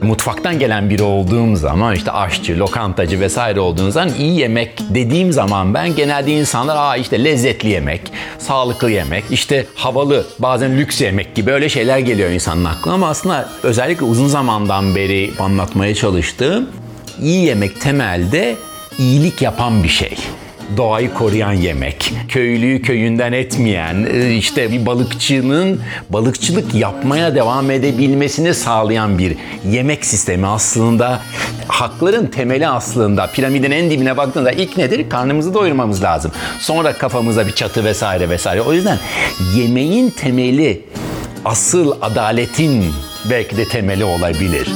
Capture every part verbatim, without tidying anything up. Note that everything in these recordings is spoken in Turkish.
mutfaktan gelen biri olduğum zaman, işte aşçı, lokantacı vesaire olduğum zaman iyi yemek dediğim zaman ben genelde insanlar aa işte lezzetli yemek, sağlıklı yemek, işte havalı, bazen lüks yemek gibi öyle şeyler geliyor insanın aklına. Ama aslında özellikle uzun zamandan beri anlatmaya çalıştığım iyi yemek temelde iyilik yapan bir şey. Doğayı koruyan yemek, köylüyü köyünden etmeyen, işte bir balıkçının balıkçılık yapmaya devam edebilmesini sağlayan bir yemek sistemi aslında hakların temeli aslında. Piramidin en dibine baktığında ilk nedir? Karnımızı doyurmamız lazım. Sonra kafamıza bir çatı vesaire vesaire. O yüzden yemeğin temeli asıl adaletin belki de temeli olabilir.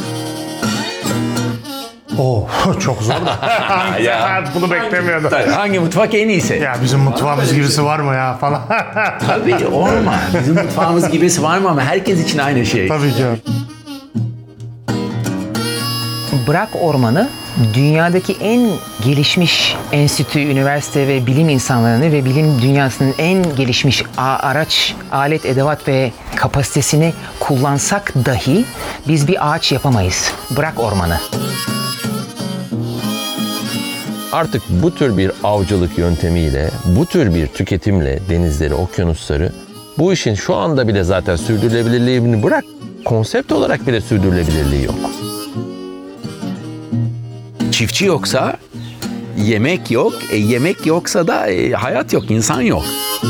Oo, çok zor da. Ya, bunu beklemiyordum. Tabii, hangi mutfak en iyisi? Ya bizim mutfağımız gibisi var mı ya falan. Tabii olmaz. Bizim mutfağımız gibisi var mı ama herkes için aynı şey. Tabii ki. Bırak Ormanı, dünyadaki en gelişmiş enstitü, üniversite ve bilim insanlarını ve bilim dünyasının en gelişmiş a- araç, alet, edevat ve kapasitesini kullansak dahi biz bir ağaç yapamayız. Bırak ormanı. Artık bu tür bir avcılık yöntemiyle, bu tür bir tüketimle denizleri, okyanusları, bu işin şu anda bile zaten sürdürülebilirliğini bırak, konsept olarak bile sürdürülebilirliği yok. Çiftçi yoksa yemek yok, e, yemek yoksa da e, hayat yok, insan yok.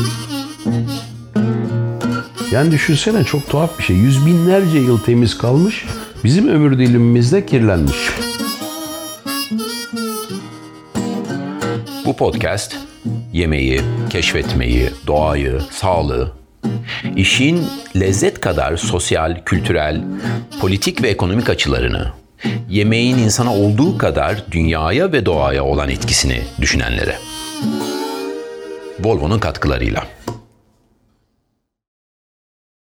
Yani düşünsene çok tuhaf bir şey. Yüz binlerce yıl temiz kalmış, bizim ömür dilimimizde kirlenmiş. Bu podcast yemeği, keşfetmeyi, doğayı, sağlığı, işin lezzet kadar sosyal, kültürel, politik ve ekonomik açılarını, yemeğin insana olduğu kadar dünyaya ve doğaya olan etkisini düşünenlere. Volvo'nun katkılarıyla.